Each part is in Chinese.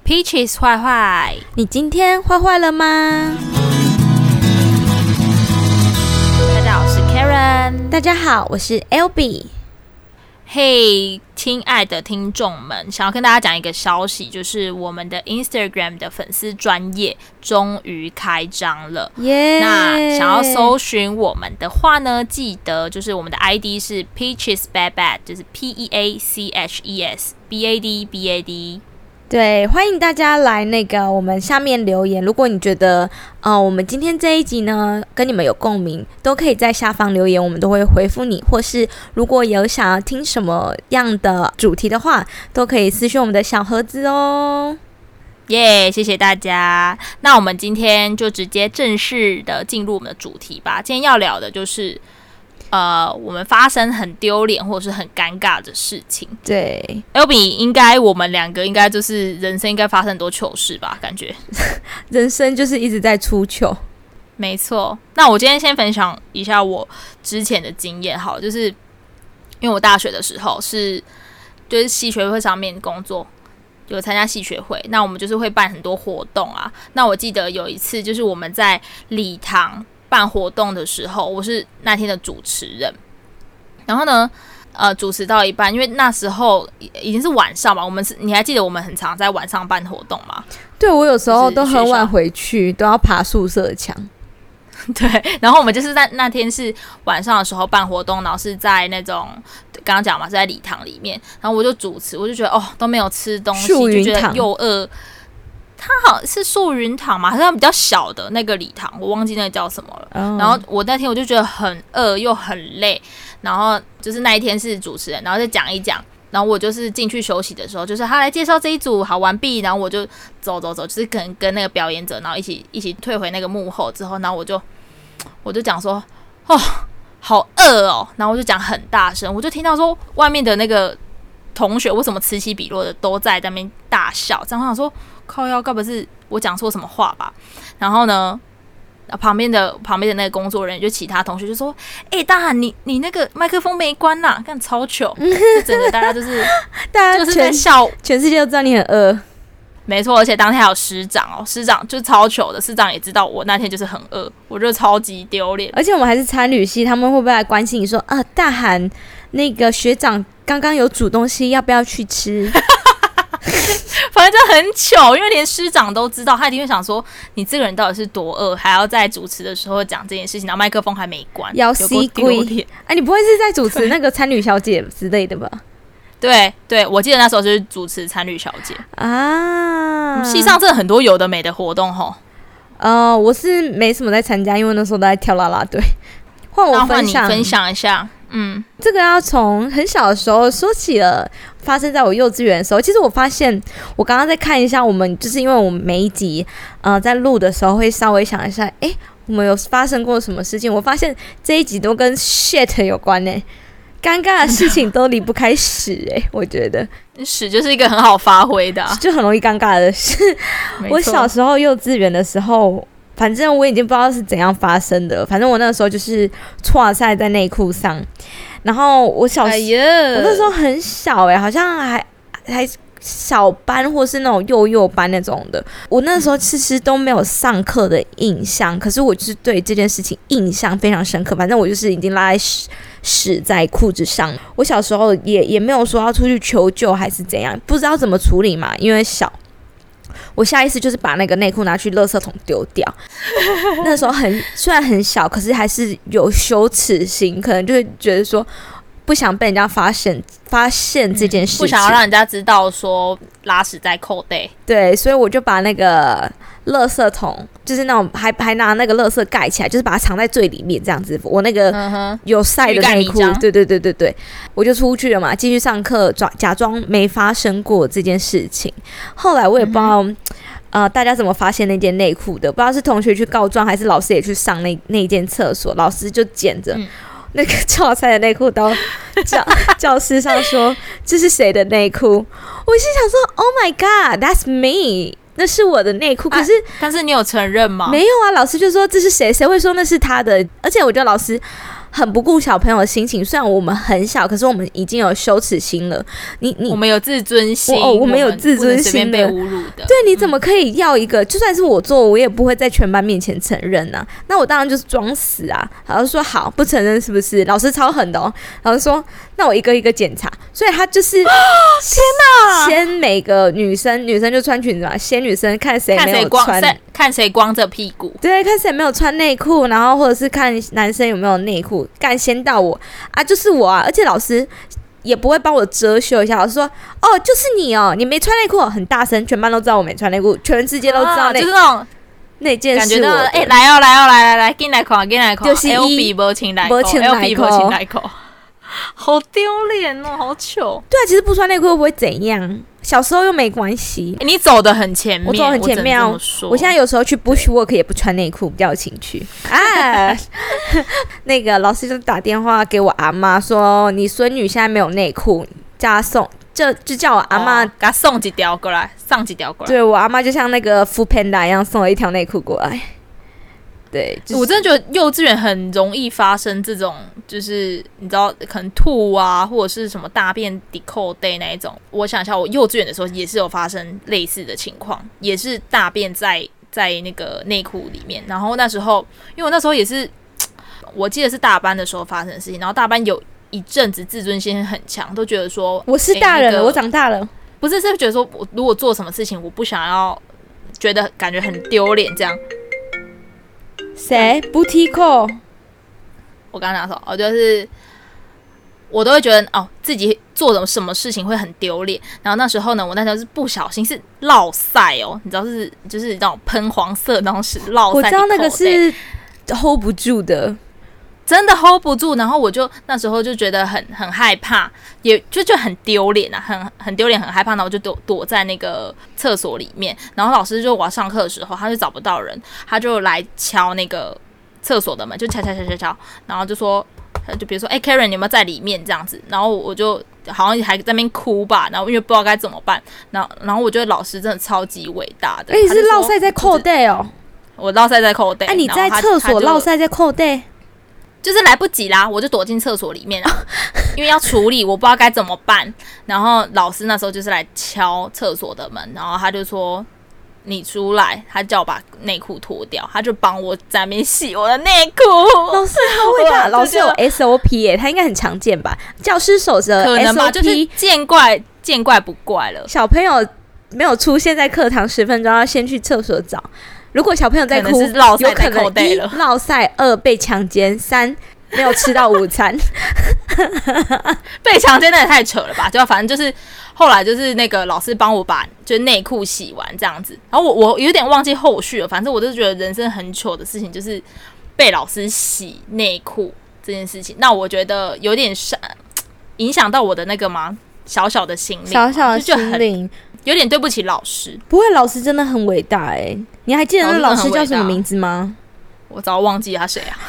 Peaches 坏坏， 你今天坏坏了吗？ 大家好，我是 Karen。 大家好，我是 Albee。 嘿，亲爱的听众们，想要跟大家讲一个消息，就是我们的 Instagram 的粉丝专页终于开张了。那想要搜寻我们的话呢，记得就是我们的 ID 是 Peaches Bad Bad， 就是 PEACHES BAD。 对，欢迎大家来我们下面留言。如果你觉得我们今天这一集呢跟你们有共鸣，都可以在下方留言，我们都会回复你。或是如果有想要听什么样的主题的话，都可以私讯我们的小盒子哦。 耶，谢谢大家。那我们今天就直接正式的进入我们的主题吧。今天要聊的就是我们发生很丢脸或者是很尴尬的事情。 对 Albee 我们两个应该就是人生应该发生很多糗事吧，感觉人生就是一直在出糗。 没错。那我今天先分享一下我之前的经验好了，就是因为我大学的时候就是系学会上面工作，有参加系学会，那我们就是会办很多活动啊。那我记得有一次就是我们在礼堂办活动的时候，我是那天的主持人。然后呢，主持到一半，因为那时候已经是晚上嘛，你还记得我们很常在晚上办活动吗？ 对，我有时候都很晚回去，都要爬宿舍墙。 对，然后我们就是在那天是晚上的时候办活动，然后是在那种刚刚讲嘛，是在礼堂里面，然后我就主持，我就觉得都没有吃东西，就觉得又饿。它好像是树云堂嘛，好像比较小的那个礼堂，我忘记那个叫什么了。然后我那天我就觉得很饿又很累，然后就是那一天是主持人，然后再讲一讲，然后我就是进去休息的时候，就是他来介绍这一组，好完毕，然后我就走，就是可能跟那个表演者，然后一起退回那个幕后之后，然后我就讲说好饿哦，然后我就讲很大声，我就听到说外面的那个同学为什么此起彼落的都在那边大笑，这样我想说靠腰，该不是我讲错什么话吧？然后呢，旁边的那个工作人员就其他同学就说：“大喊你那个麦克风没关呐，干超糗！”就整个大家就是大家就是在笑， 全世界都知道你很饿。 没错，而且当天还有师长师长就是超糗的，师长也知道我那天就是很饿，我觉得超级丢脸。 而且我们还是参旅系，他们会不会来关心你说大喊那个学长刚刚有煮东西，要不要去吃？ 反正就很糗，因为连师长都知道，他一定会想说你这个人到底是多饿，还要在主持的时候讲这件事情，然后麦克风还没关， 要死鬼！你不会是在主持那个参旅小姐之类的吧？ 对，我记得那时候就是主持参旅小姐啊。系上真的很多有的没的活动吼。 我是没什么在参加，因为那时候都在跳啦啦队。换我分享， 你分享一下。 这个要从很小的时候说起了，发生在我幼稚园的时候。其实我发现，我刚刚在看一下，我们就是因为我们每一集在录的时候会稍微想一下，我们有发生过什么事情？我发现这一集都跟 shit 有关呢。尴尬的事情都离不开屎我觉得屎就是一个很好发挥的就很容易尴尬的事。我小时候幼稚园的时候，反正我已经不知道是怎样发生的，反正我那个时候就是剉赛在内裤上，然后我我那时候很小好像还小班或是那种幼班那种的。我那时候其实都没有上课的印象，可是我就是对这件事情印象非常深刻。反正我就是已经拉屎在裤子上。我小时候也没有说要出去求救还是怎样，不知道怎么处理嘛，因为小。我下意识就是把那个内裤拿去垃圾桶丢掉。那时候虽然很小，可是还是有羞耻心，可能就会觉得说不想被人家发现这件事情， 不想要让人家知道说拉屎在扣袋。 对，所以我就把那个垃圾桶，就是那种还拿那个垃圾盖起来，就是把它藏在最里面这样子。我那个有晒的内裤，对，我就出去了嘛，继续上课，假装没发生过这件事情。后来我也不知道大家怎么发现那件内裤的，不知道是同学去告状，还是老师也去上那一间厕所，老师就捡着那个剉赛的内裤到教室上说这是谁的内裤。我心想说 Oh my god that's me， 那是我的内裤。可是但是你有承认吗？ 没有啊，老师就说这是谁会说那是他的。而且我觉得老师很不顾小朋友的心情。虽然我们很小，可是我们已经有羞耻心了。我们有自尊心， 我们有自尊心的， 被侮辱的。 对，你怎么可以要一个？就算是我做，我也不会在全班面前承认啊。那我当然就是装死啊。老师说好，不承认是不是？老师超狠的哦。老师说，那我一个一个检查。所以他就是天哪，先每个女生就穿裙子嘛，先女生看谁没有穿， 看谁光着屁股， 对，看谁没有穿内裤，然后或者是看男生有没有内裤，干先到我啊，就是我啊，而且老师也不会帮我遮羞一下，老师说哦，就是你哦，你没穿内裤，很大声，全班都知道我没穿内裤，全世界都知道就是那种那件事我的， 来，进来看， 就是 L B 没穿内裤，L B 没穿内裤。好丢脸哦，好糗。 对啊，其实不穿内裤会不会怎样？小时候又没关系。 你走得很前面， 我走很前面哦。我现在有时候去 bushwalk 也不穿内裤，比较有情趣啊。那个老师就打电话给我阿妈说，你孙女现在没有内裤，叫她送，就叫我阿妈给她送几条过来，上几条过来。 对，我阿妈就像那个 Food Panda 一样，送了一条内裤过来。对， 我真的觉得幼稚园很容易发生这种，就是你知道，可能吐啊，或者是什么大便 decode day 那一种。我想一下，我幼稚园的时候也是有发生类似的情况，也是大便在那个内裤里面。然后那时候，因为我那时候也是，我记得是大班的时候发生的事情。然后大班有一阵子自尊心很强，都觉得说我是大人了，我长大了， 不是觉得说我如果做什么事情，我不想要，觉得感觉很丢脸这样。 谁 ？Boutique？ 我刚刚讲说，就是我都会觉得自己做什么事情会很丢脸。然后那时候呢，我那时候是不小心是落腮哦，你知道就是那种喷黄色那种是落腮。 我知道那个是 hold 不住的， 真的 hold 不住。然后我就那时候就觉得很害怕，也就很丢脸啊，很丢脸，很害怕。然后我就躲在那个厕所里面。然后老师就我要上课的时候，他就找不到人，他就来敲那个厕所的门，就敲，然后就说，就比如说Karen 你有没有在里面这样子。然后我就好像还在那边哭吧，然后因为不知道该怎么办。然后我觉得老师真的超级伟大的。 你是落塞在扣带哦？ 我落塞在扣带。 你在厕所落塞在扣带？ 就是来不及啦，我就躲进厕所里面啊，因为要处理，我不知道该怎么办。然后老师那时候就是来敲厕所的门，然后他就说你出来，他叫我把内裤脱掉，他就帮我在那边洗我的内裤。 老师好伟大，老师有 SOP 耶，他应该很常见吧？教师守则 SOP 可能吧，就是见怪不怪了。 小朋友没有出现在课堂10分钟，要先去厕所找。如果小朋友在哭，有可能1落塞，2被强奸，3没有吃到午餐。 被强奸那也太扯了吧！就反正就是后来就是那个老师帮我把就是内裤洗完这样子。然后我有点忘记后续了，反正我就觉得人生很糗的事情就是被老师洗内裤这件事情。那我觉得有点影响到我的那个嘛小小的心灵， 小小的心灵。 有点对不起老师。 不会，老师真的很伟大哎！你还记得那老师叫什么名字吗？ 我早忘记他谁啊。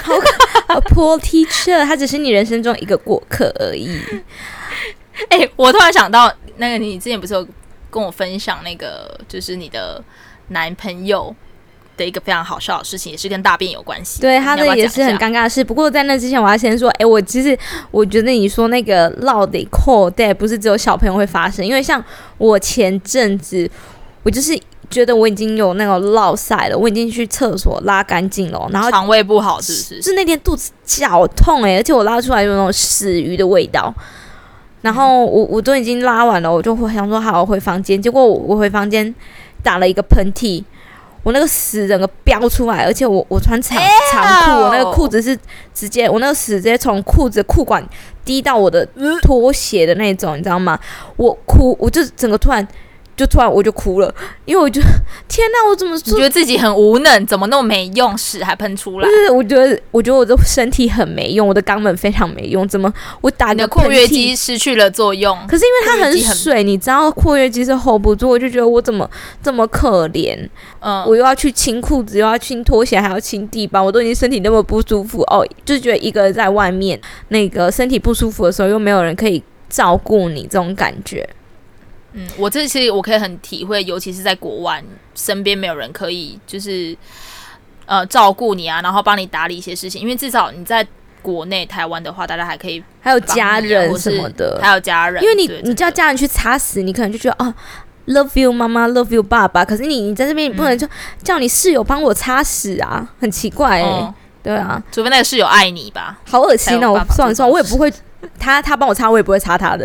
Poor teacher， 他只是你人生中一个过客而已。 我突然想到，那个你之前不是有跟我分享那个，就是你的男朋友的一个非常好笑的事情，也是跟大便有关系。 对，他的也是很尴尬的事。不过在那之前，我要先说，我觉得你说那个落得扣带不是只有小朋友会发生，因为像我前阵子，我就是觉得我已经有那个落塞了，我已经去厕所拉干净了，然后肠胃不好是不是？ 是那天肚子绞痛而且我拉出来有那种死鱼的味道。然后我都已经拉完了，我就想说好回房间，结果我回房间打了一个喷嚏。我那个屎整个飙出来，而且我穿长裤，我那个裤子是直接，我那个屎直接从裤子裤管滴到我的拖鞋的那种，你知道吗？我哭，我就整个突然我就哭了，因为我觉得天哪，我怎么做？ 你觉得自己很无能，怎么那么没用，屎还喷出来？ 不是，我觉得我的身体很没用，我的肛门非常没用，怎么我打个括约肌失去了作用？ 可是因为它很水，你知道括约肌是 hold 不住，我就觉得我怎么这么可怜？我又要去清裤子，又要清拖鞋，还要清地板，我都已经身体那么不舒服哦，就是觉得一个人在外面那个身体不舒服的时候，又没有人可以照顾你，这种感觉。 我这其实我可以很体会，尤其是在国外，身边没有人可以就是照顾你啊，然后帮你打理一些事情，因为至少你在国内台湾的话，大家还可以还有家人什么的， 还有家人， 因为你叫家人去擦屎，你可能就觉得哦 love you 妈妈 love you 爸爸，可是你在这边你不能就叫你室友帮我擦屎啊，很奇怪对啊， 除非那个室友爱你吧。 好恶心哦！算了，我也不会，他帮我擦，我也不会擦他的。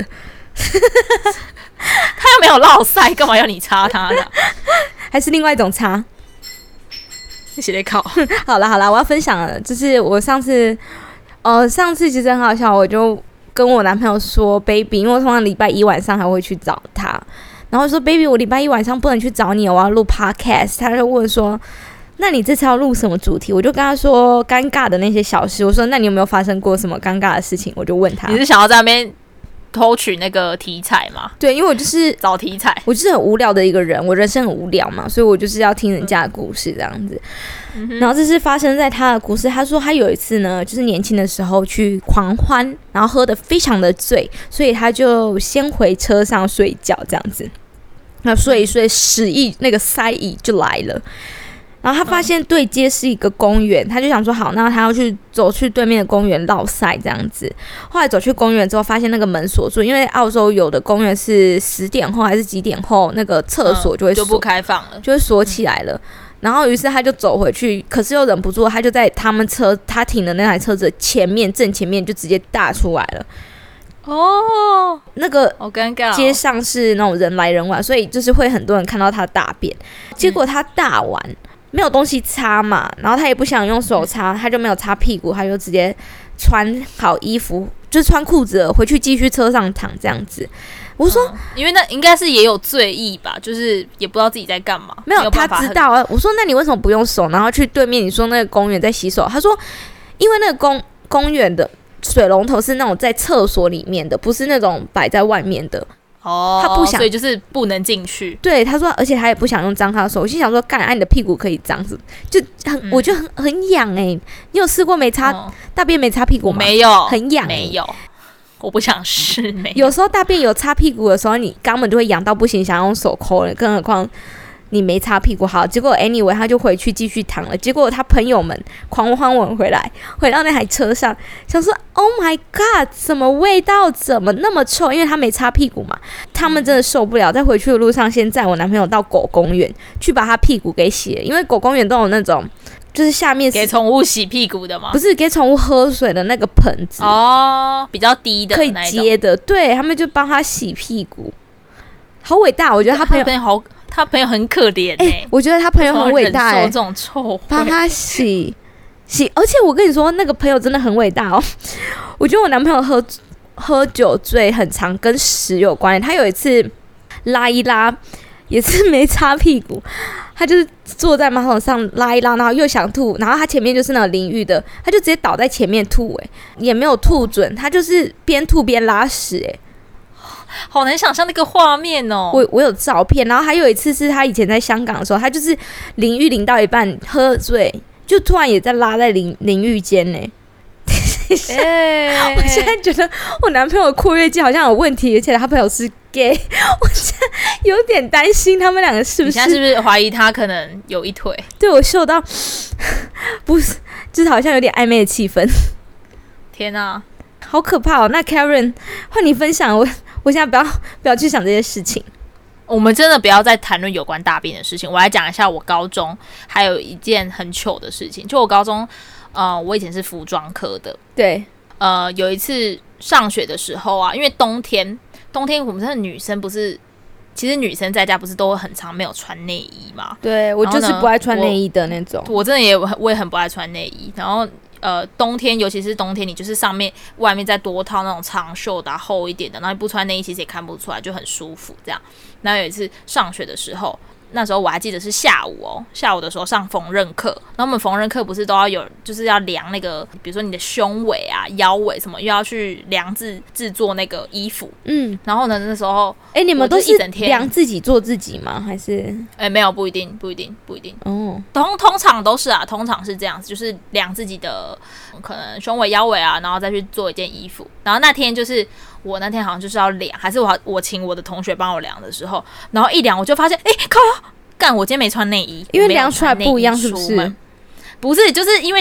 他又没有落塞，干嘛要你擦他的？ 还是另外一种擦？ 一起来考。 好啦，我要分享了，就是我上次其实很好笑，我就跟我男朋友说 ，baby， 因为我通常礼拜一晚上还会去找他，然后说 baby， 我礼拜一晚上不能去找你，我要录 podcast。他就问说，那你这次要录什么主题？我就跟他说尴尬的那些小事。我说，那你有没有发生过什么尴尬的事情？我就问他， 你是想要在那边偷取那个题材吗？ 对，因为我就是找题材， 我就是很无聊的一个人，我人生很无聊嘛，所以我就是要听人家的故事这样子。然后这是发生在他的故事，他说他有一次呢，就是年轻的时候去狂欢，然后喝得非常的醉，所以他就先回车上睡觉这样子。那睡一睡，屎意那个塞意就来了。然后他发现对街是一个公园，他就想说好，那他要走去对面的公园绕赛这样子。后来走去公园之后，发现那个门锁住，因为澳洲有的公园是10点后还是几点后，那个厕所就会就不开放了， 就会锁起来了。然后于是他就走回去，可是又忍不住，他就在他停的那台车子前面正前面就直接大出来了。 哦， 那个好尴尬， 街上是那种人来人往，所以就是会很多人看到他大便。结果他大完。没有东西擦嘛，然后他也不想用手擦，他就没有擦屁股，他就直接穿好衣服，就是穿裤子了，回去继续车上躺这样子。我说， 因为那应该是也有醉意吧，就是也不知道自己在干嘛。 没有，他知道啊。我说，那你为什么不用手，然后去对面你说那个公园在洗手？他说，因为那个公园的水龙头是那种在厕所里面的，不是那种摆在外面的。他不想， 所以就是不能进去。 对，他说，而且他也不想用脏他的手。我心想说，干，你的屁股可以脏，就我觉得很痒你有试过大便没擦屁股吗？ 没有， 很痒没有，我不想试。 有时候大便有擦屁股的时候，你肛门就会痒到不行，想用手抠了，更何况你没擦屁股。好，结果 anyway 他就回去继续躺了。结果他朋友们狂欢完回到那台车上，想说 Oh my God， 什么味道？怎么那么臭？因为他没擦屁股嘛。他们真的受不了，在回去的路上，先载我男朋友到狗公园去把他屁股给洗了，因为狗公园都有那种。就是下面给宠物洗屁股的吗？ 不是，给宠物喝水的那个盆子比较低的可以接的，对，他们就帮他洗屁股，好伟大！我觉得他朋友很可怜我觉得他朋友很伟大这种臭味帮他洗，而且我跟你说，那个朋友真的很伟大哦。我觉得我男朋友喝酒醉很常跟屎有关，他有一次拉一拉也是没擦屁股。他就是坐在马桶上拉一拉，然后又想吐，然后他前面就是那个淋浴的，他就直接倒在前面吐，也没有吐准，他就是边吐边拉屎， 好难想象那个画面哦。 我有照片，然后还有一次是他以前在香港的时候，他就是淋浴淋到一半喝醉，就突然也在拉在淋浴间我现在觉得我男朋友的括约肌好像有问题，而且他朋友是 gay， 我现在有点担心他们两个是不是？ 你现在是不是怀疑他可能有一腿？对， 我嗅到不是，就是好像有点暧昧的气氛。 天啊， 好可怕哦！那 Karen 换你分享，我现在不要去想这些事情。 我们真的不要再谈论有关大便的事情。我来讲一下我高中还有一件很糗的事情，就我高中。我以前是服装科的， 对， 有一次上学的时候啊，因为冬天我们真的女生不是，其实女生在家不是都很常没有穿内衣嘛？ 对，我就是不爱穿内衣的那种。 我真的我也很不爱穿内衣，然后冬天尤其是冬天，你就是外面再多套那种长袖的厚一点的，然后你不穿内衣其实也看不出来，就很舒服这样。然后有一次上学的时候。那时候我还记得是下午的时候上缝纫课，然后我们缝纫课不是都要有，就是要量那个，比如说你的胸围啊、腰围什么，又要去量制作那个衣服。然后呢，那时候你们都是量自己做自己吗？还是没有，不一定哦。通常都是啊，通常是这样子，就是量自己的可能胸围、腰围啊，然后再去做一件衣服。然后那天就是我那天好像就是要量，还是我请我的同学帮我量的时候，然后一量我就发现，靠！干！我今天没穿内衣， 因为量出来不一样，是不是？ 不是，就是因为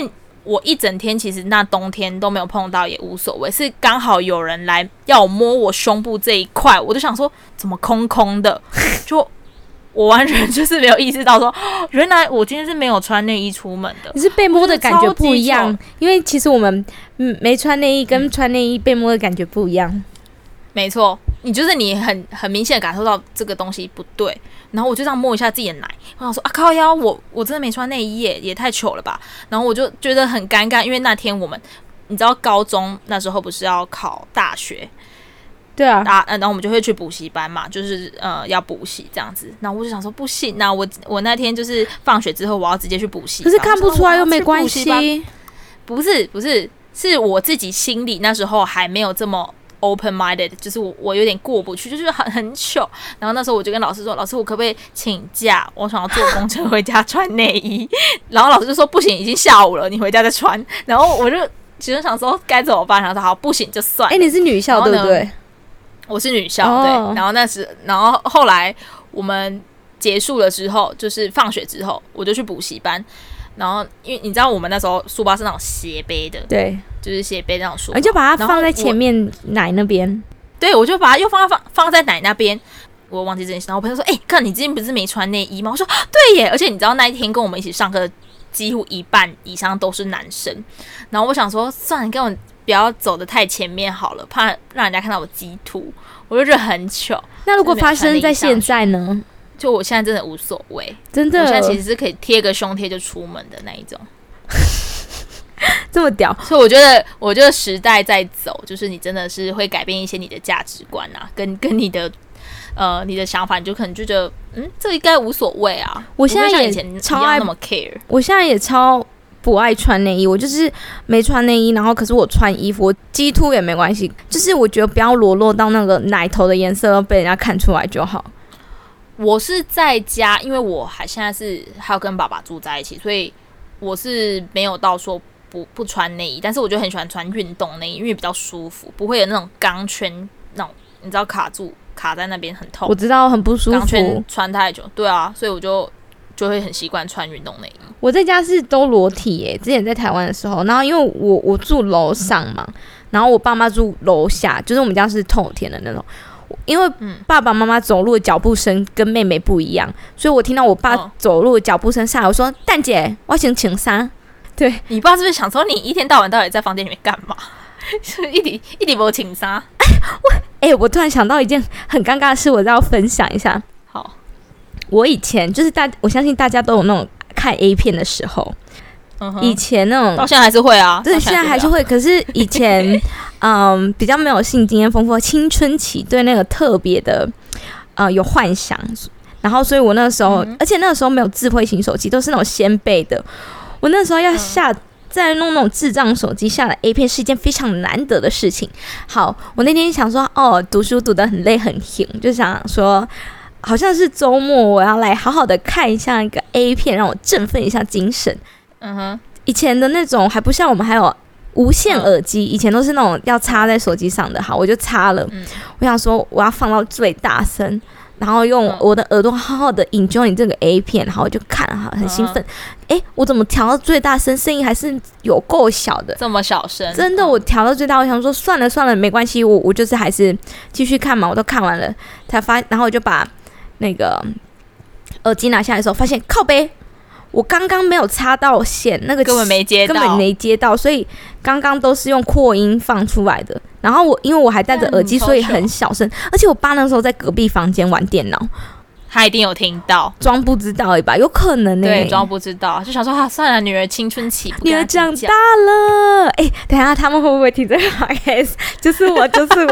我一整天其实那冬天都没有碰到也无所谓，是刚好有人来要我摸我胸部这一块，我就想说怎么空空的，就我完全就是没有意识到说，原来我今天是没有穿内衣出门的。 你是被摸的感觉不一样，因为其实我们没穿内衣跟穿内衣被摸的感觉不一样。 没错，你很明显的感受到这个东西不对，然后我就这样摸一下自己的奶，我想说啊靠腰，我真的没穿内衣耶，也太糗了吧。然后我就觉得很尴尬，因为那天你知道高中那时候不是要考大学。 对啊， 然后我们就会去补习班嘛，就是要补习这样子。然后我就想说不行啊，我那天就是放学之后我要直接去补习。 可是看不出来又没关系。 不是，是我自己心里那时候还没有这么 open minded， 就是我有点过不去，就是很糗。然后那时候我就跟老师说，老师我可不可以请假？我想要坐公车回家穿内衣。然后老师就说不行，已经下午了，你回家再穿。然后我就其实想说该怎么办，然后说好不行就算了。 你是女校对不对？ 我是女校，对。然后后来我们结束了之后，就是放学之后，我就去补习班。然后因为你知道我们那时候书包是那种斜背的， 对， 就是斜背那种书包， 你就把它放在前面奶那边。 对，我就把它又放在奶那边。我忘记这件事，然后我朋友说：“看你之前不是没穿内衣吗？”我说：“对耶！”而且你知道那一天跟我们一起上课，几乎一半以上都是男生。然后我想说，算了，你跟我不要走得太前面好了，怕让人家看到我鸡突，我就觉得很糗。 那如果发生在现在呢？ 就我现在真的无所谓， 真的， 我现在其实是可以贴个胸贴就出门的那一种， 这么屌。 所以我觉得时代在走，就是你真的是会改变一些你的价值观啊，跟你的想法，你就可能就觉得这应该无所谓啊。 我现在也超爱那么 care， 我现在也超不爱穿内衣，我就是没穿内衣，然后可是我穿衣服，我鸡突也没关系，就是我觉得不要裸露到那个奶头的颜色被人家看出来就好。 我是在家，因为我现在是还要跟爸爸住在一起，所以我是没有到说不穿内衣，但是我就很喜欢穿运动内衣，因为比较舒服，不会有那种钢圈那种，你知道卡在那边很痛。 我知道很不舒服， 钢圈穿太久，对啊，所以我就会很习惯穿运动内衣。 我在家是都裸体耶，之前在台湾的时候，然后因为我住楼上嘛，然后我爸妈住楼下，就是我们家是透天的那种。因为爸爸妈妈走路的脚步声跟妹妹不一样，所以我听到我爸走路的脚步声下来，我说：“蛋姐，我想请啥？”对， 你爸是不是想说你一天到晚到底在房间里面干嘛？一直没请啥？ 我突然想到一件很尴尬的事，我要分享一下。 好， 我以前就是我相信大家都有那种看 A 片的时候。以前那种到现在还是会啊， 对，现在还是会。可是以前，比较没有性经验丰富的青春期，对那个特别的，有幻想。然后，所以我那个时候，而且那个时候没有智慧型手机，都是那种先辈的。我那时候要再弄那种智障手机下载 A 片是一件非常难得的事情。好，我那天想说，读书读得很累很闲，就想说，好像是周末，我要来好好的看一下一个 A 片，让我振奋一下精神。以前的那种还不像我们还有无线耳机，以前都是那种要插在手机上的。好，我就插了。我想说我要放到最大声，然后用我的耳朵好好的 enjoy 这个 A 片，然后我就看，很兴奋。我怎么调到最大声，声音还是有够小的， 这么小声？ 真的，我调到最大，我想说算了，没关系，我就是还是继续看嘛。我都看完了，然后我就把那个耳机拿下来的时候，发现靠北。我刚刚没有插到线，那个根本没接到，所以刚刚都是用扩音放出来的。然后因为我还戴着耳机，所以很小声。而且我爸那时候在隔壁房间玩电脑， 他一定有听到， 装不知道吧？有可能对，装不知道，就想说算了，女儿青春期， 女儿长大了。等一下他们会不会听这个 podcast？ 就是我，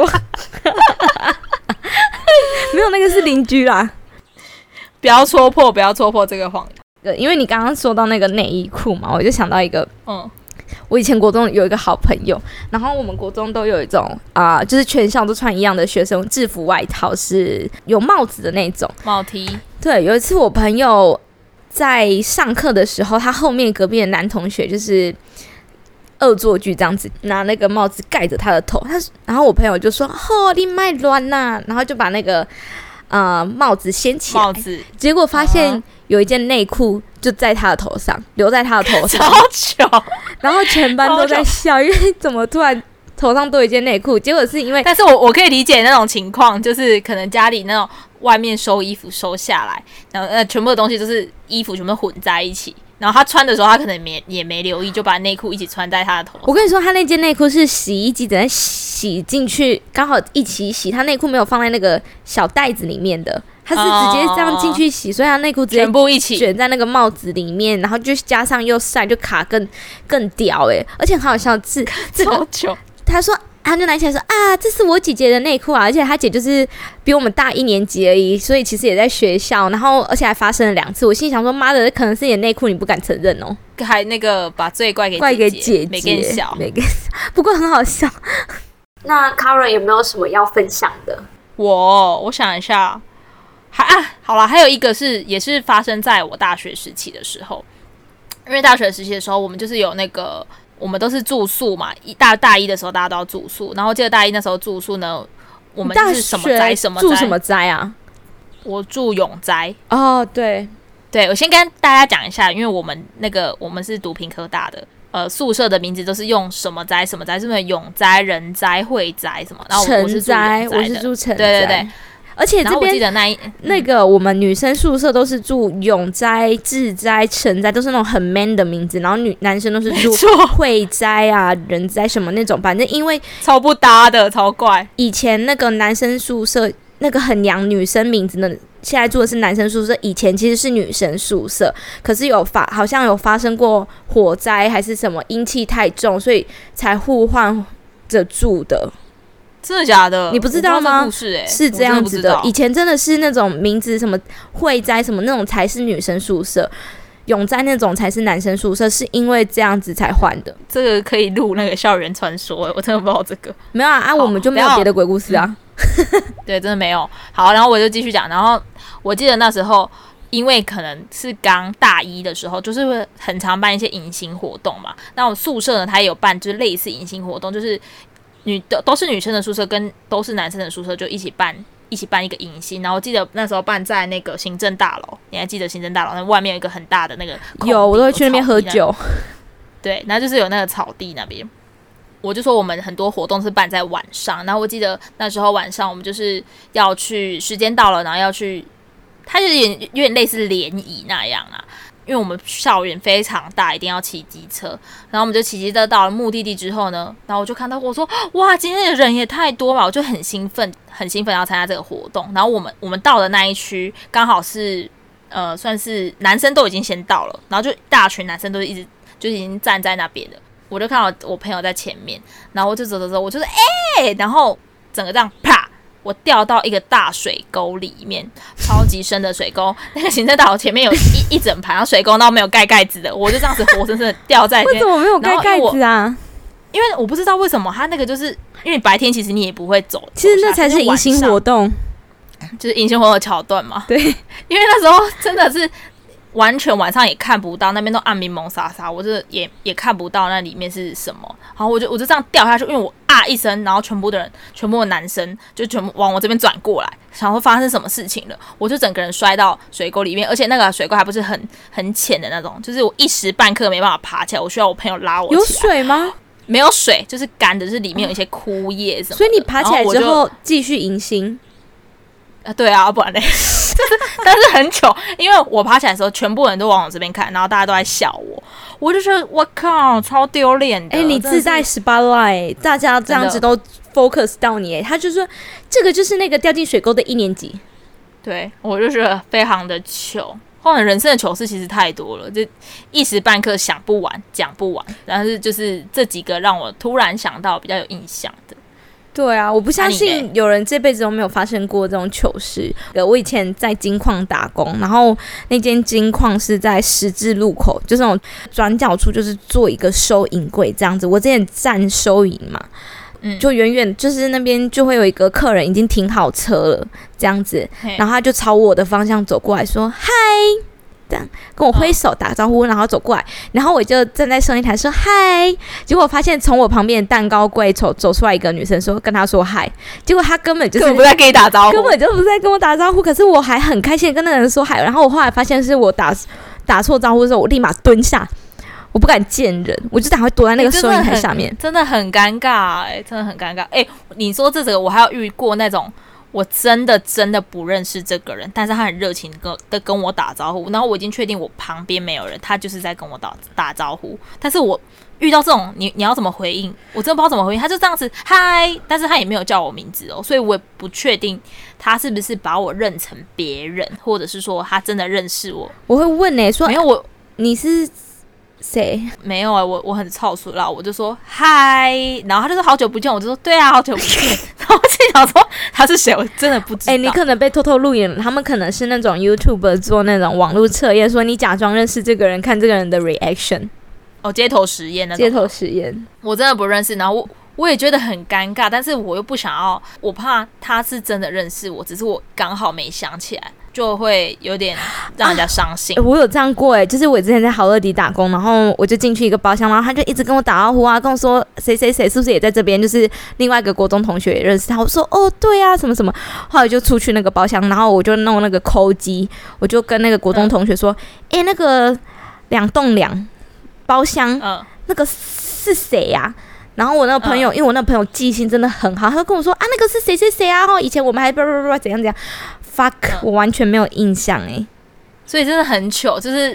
没有，那个是邻居啦。 不要戳破这个谎言。 因为你刚刚说到那个内衣裤嘛，我就想到一个，我以前国中有一个好朋友，然后我们国中都有一种就是全校都穿一样的学生制服外套，是有帽子的那种帽 T。 对，有一次我朋友在上课的时候，他后面隔壁的男同学就是恶作剧这样子，拿那个帽子盖着他的头，然后我朋友就说：“你卖乱呐！”然后就把那个帽子掀起来， 帽子， 结果发现有一件内裤就在他的头上，留在他的头上， 超糗。 然后全班都在笑，因为怎么突然头上都有一件内裤？结果是因为， 但是我可以理解那种情况，就是可能家里那种外面收衣服收下来，然后全部的东西都是衣服全部混在一起。然后他穿的时候，他可能也没留意，就把内裤一起穿在他的头上。 我跟你说，他那件内裤是洗衣机等下洗进去，刚好一起洗。他内裤没有放在那个小袋子里面的，他是直接这样进去洗，所以他内裤直接全部一起卷在那个帽子里面，然后就加上又晒，就卡更屌而且很好笑是这个，他说。他就拿起来说啊，这是我姐姐的内裤啊，而且他姐就是比我们大1年级而已，所以其实也在学校，然后而且还发生了2次。我心里想说，妈的，可能是你的内裤，你不敢承认哦， 还那个把罪怪给姐姐，没跟笑， 不过很好笑。那 Karen 有没有什么要分享的？ 我想一下，好啦，还有一个也是发生在我大学时期的时候，因为大学时期的时候，我们就是有那个。我们都是住宿嘛，大一的时候大家都要住宿，然后记得大一那时候住宿呢，我们就是什么斋什么斋， 住什么斋啊？ 我住永斋哦，对， 我先跟大家讲一下，因为我们是读屏科大的，宿舍的名字都是用什么斋什么斋，是不是永斋、人斋、会斋什么？然后我是住永斋的， 我是住城斋，对。而且这边那个我们女生宿舍都是住永斋、智斋、城斋，都是那种很 man 的名字。然后男生都是住会斋啊、人斋什么那种，反正因为超不搭的，超怪。 以前那个男生宿舍那个很娘女生名字的，现在住的是男生宿舍，以前其实是女生宿舍，可是好像有发生过火灾还是什么，阴气太重，所以才互换着住的。 真的假的？ 你不知道吗？ 是这样子的。以前真的是那种名字什么会斋什么那种才是女生宿舍，永斋那种才是男生宿舍，是因为这样子才换的。 这个可以录那个校园传说，我真的不知道这个。 没有啊，我们就没有别的鬼故事啊。 对，真的没有。好，然后我就继续讲。然后我记得那时候，因为可能是刚大一的时候，就是会很常办一些迎新活动嘛。那我宿舍呢，它也有办就是类似迎新活动，就是。都是女生的宿舍跟都是男生的宿舍就一起办一个迎新，然后我记得那时候办在那个行政大楼，你还记得行政大楼那外面有一个很大的那个有，我都会去那边喝酒。 对，然后就是有那个草地那边，我就说我们很多活动是办在晚上，然后我记得那时候晚上我们就是要去，时间到了，然后要去，它就是有点类似联谊那样啊。因为我们校园非常大，一定要骑机车，然后我们就骑机车到了目的地之后呢，然后我就看到我说哇，今天的人也太多了，我就很兴奋要参加这个活动。然后我们到的那一区刚好是算是男生都已经先到了，然后就一大群男生都已经站在那边的，我就看到我朋友在前面，然后我就走，我就是然后整个这样啪。我掉到一个大水沟里面，超级深的水沟。那个行政大楼前面有一整排，然后水沟到没有盖盖子的，我就这样子活生生的掉在里面。 为什么没有盖盖子啊？ 因为我不知道为什么，它那个就是因为白天其实你也不会走， 其实那才是迎新活动， 就是迎新活动的桥段嘛。 对， 因为那时候真的是完全晚上也看不到，那边都暗蒙蒙洒洒，我这也看不到那里面是什么。然后我就这样掉下去，因为我一声，然后全部的男生就全部往我这边转过来，想说发生什么事情了，我就整个人摔到水沟里面，而且那个水沟还不是很浅的那种，就是我一时半刻没办法爬起来，我需要我朋友拉我起来。 有水吗？ 没有水，就是干的，就是里面有一些枯叶什么的。 所以你爬起来之后继续迎新。 对啊，不然嘞，但是很糗，因为我爬起来的时候，全部人都往我这边看，然后大家都在笑我，我就觉得我靠，超丢脸的。 你自带 spotlight， 大家这样子都 focus 到你，他就说这个就是那个掉进水沟的1年级。 对，我就觉得非常的糗。后来人生的糗事其实太多了，就一时半刻想不完、讲不完，但是就是这几个让我突然想到比较有印象的。 对啊，我不相信有人这辈子都没有发生过这种糗事。我以前在金矿打工，然后那间金矿是在十字路口，就是那种转角处，就是做一个收银柜这样子。我之前站收银嘛，就远远就是那边就会有一个客人已经停好车了这样子，然后他就朝我的方向走过来说嗨。 跟我挥手打招呼，然后走过来，然后我就站在收银台说嗨，结果发现从我旁边的蛋糕柜走出来一个女生跟他说嗨，结果他根本就是不在跟你打招呼， 根本就不在跟我打招呼，可是我还很开心的跟那个人说嗨，然后我后来发现是我打错招呼的时候，我立马蹲下。我不敢见人，我就赶快躲在那个收银台下面， 真的很尴尬真的很尴尬你说这个我还有遇过那种，我真的不认识这个人，但是他很热情的跟我打招呼，然后我已经确定我旁边没有人，他就是在跟我打招呼，但是我遇到这种你要怎么回应？我真的不知道怎么回应，他就这样子嗨，但是他也没有叫我名字所以我也不确定他是不是把我认成别人，或者是说他真的认识我。 我会问说没有你是谁？ 没有我很草率啦，我就说嗨，然后他就说好久不见，我就说对啊，好久不见。然后我心想说他是谁，我真的不知道。 你可能被偷偷录影了，他们可能是那种 YouTuber 做那种网络测验，说你假装认识这个人，看这个人的 reaction。 街头实验那种。 街头实验， 我真的不认识，然后我也觉得很尴尬，但是我又不想要，我怕他是真的认识我，只是我刚好没想起来。就会有点让人家伤心。 我有这样过就是我之前在好乐迪打工，然后我就进去一个包厢，然后他就一直跟我打招呼跟我说谁谁谁是不是也在这边，就是另外一个国中同学也认识他，我说对啊什么什么，后来我就出去那个包厢，然后我就弄那个扣机，我就跟那个国中同学说那个2栋2包厢那个是谁呀然后我那个朋友因为我那个朋友记性真的很好，他就跟我说那个是谁谁谁啊，以前我们还怎样怎样fuck，我完全没有印象所以真的很糗，就是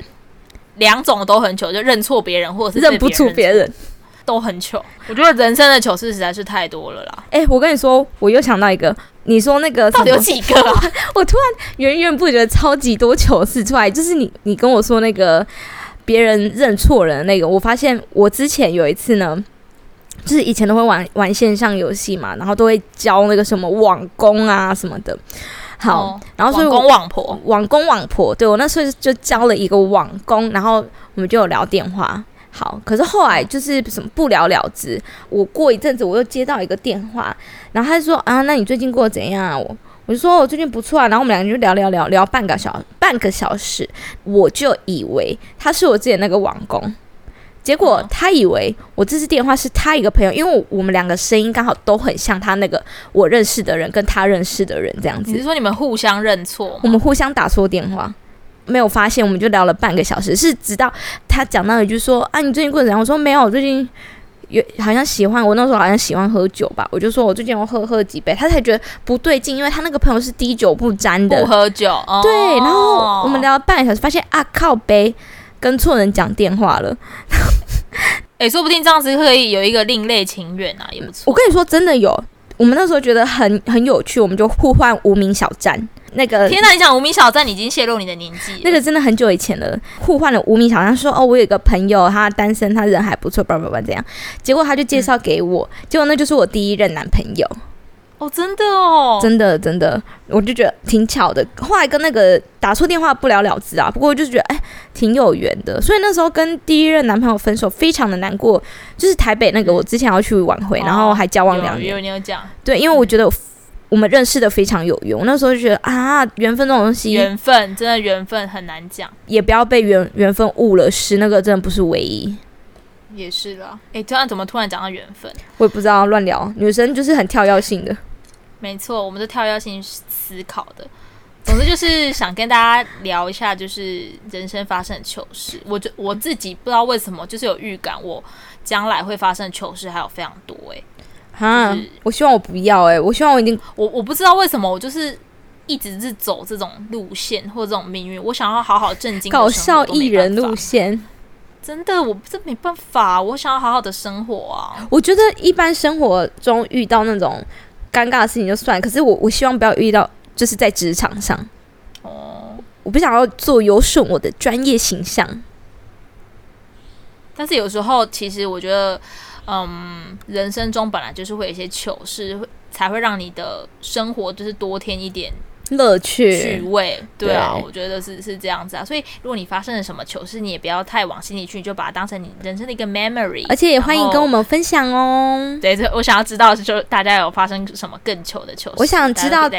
2种都很糗，就认错别人或者是认不出别人都很糗。我觉得人生的糗事实在是太多了啦。 我跟你说，我又想到一个，你说那个到底有几个啊？ 我突然源源不绝超级多糗事出来，就是你跟我说那个别人认错人的那个，我发现我之前有一次呢。就是以前都会玩线上游戏嘛，然后都会教那个什么网工啊什么的。好，然后所以网工网婆，对我那时候就教了一个网工，然后我们就有聊电话。好，可是后来就是什么不了了之。我过一阵子我又接到一个电话，然后他就说那你最近过得怎样啊？我就说我最近不错啊，然后我们两个就聊半个小时，我就以为他是我之前那个网工。结果他以为我这次电话是他一个朋友，因为我们两个声音刚好都很像他那个我认识的人跟他认识的人这样子。 你是说你们互相认错吗？ 我们互相打错电话，没有发现，我们就聊了半个小时，是直到他讲到一句说你最近过得怎样？我说没有，我最近好像喜欢，我那时候好像喜欢喝酒吧，我就说我最近要喝几杯，他才觉得不对劲，因为他那个朋友是滴酒不沾的， 不喝酒。 对，然后我们聊了半个小时，发现靠北跟错人讲电话了。 说不定这样子可以有一个另类情缘啊，也不错。 我跟你说，真的有，我们那时候觉得很有趣，我们就互换无名小站。那个天哪，你讲无名小站，你已经泄露你的年纪。 那个真的很久以前了，互换了无名小站，说我有一个朋友，他单身，他人还不错，叭叭叭这样。结果他就介绍给我，结果那就是我第一任男朋友。 真的哦， 真的，我就觉得挺巧的。后来跟那个打错电话不了了之啊，不过我就觉得挺有缘的。所以那时候跟第一任男朋友分手，非常的难过。就是台北那个，我之前要去挽回，然后还交往2年。 你有讲？ 对，因为我觉得我们认识的非常有缘。我那时候就觉得缘分这种东西， 缘分真的缘分很难讲， 也不要被缘分误了事，那个真的不是唯一。 也是啦，这样怎么突然讲到缘分？ 我也不知道，乱聊。女生就是很跳跃性的。 没错，我们是跳跃性思考的。总之就是想跟大家聊一下，就是人生发生的糗事。我自己不知道为什么，就是有预感，我将来会发生的糗事还有非常多我希望我不要我希望我一定我不知道为什么，我就是一直是走这种路线或这种命运。我想要好好正经的搞笑艺人路线。 真的，我这没办法，我想要好好的生活啊。 我觉得一般生活中遇到那种尴尬的事情就算，可是我希望不要遇到，就是在职场上。我不想要做有损我的专业形象。 但是有时候，其实我觉得，人生中本来就是会有一些糗事，才会让你的生活就是多添一点乐趣、 趣味。对啊，我觉得是这样子啊。所以，如果你发生了什么糗事，你也不要太往心里去，你就把它当成你人生的一个 memory。 而且也欢迎跟我们分享哦。 对，我想要知道的是，就大家有发生什么更糗的糗事， 我想知道。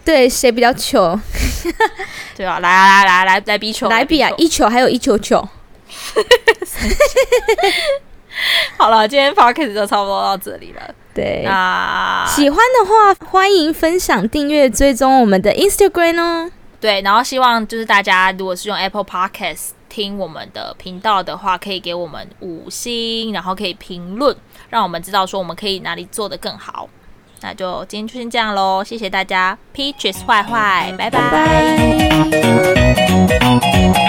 对，谁比较糗？ 对啊，来比糗， 来比啊！一糗还有一糗糗。 好了，今天 podcast 就差不多到这里了。 对，喜欢的话欢迎分享、订阅、追踪我们的 Instagram 哦。 对，然后希望就是大家如果是用 Apple Podcast 听我们的频道的话，可以给我们5星，然后可以评论，让我们知道说我们可以哪里做得更好。那就今天就先这样咯，谢谢大家 ，Peaches 坏坏，拜拜。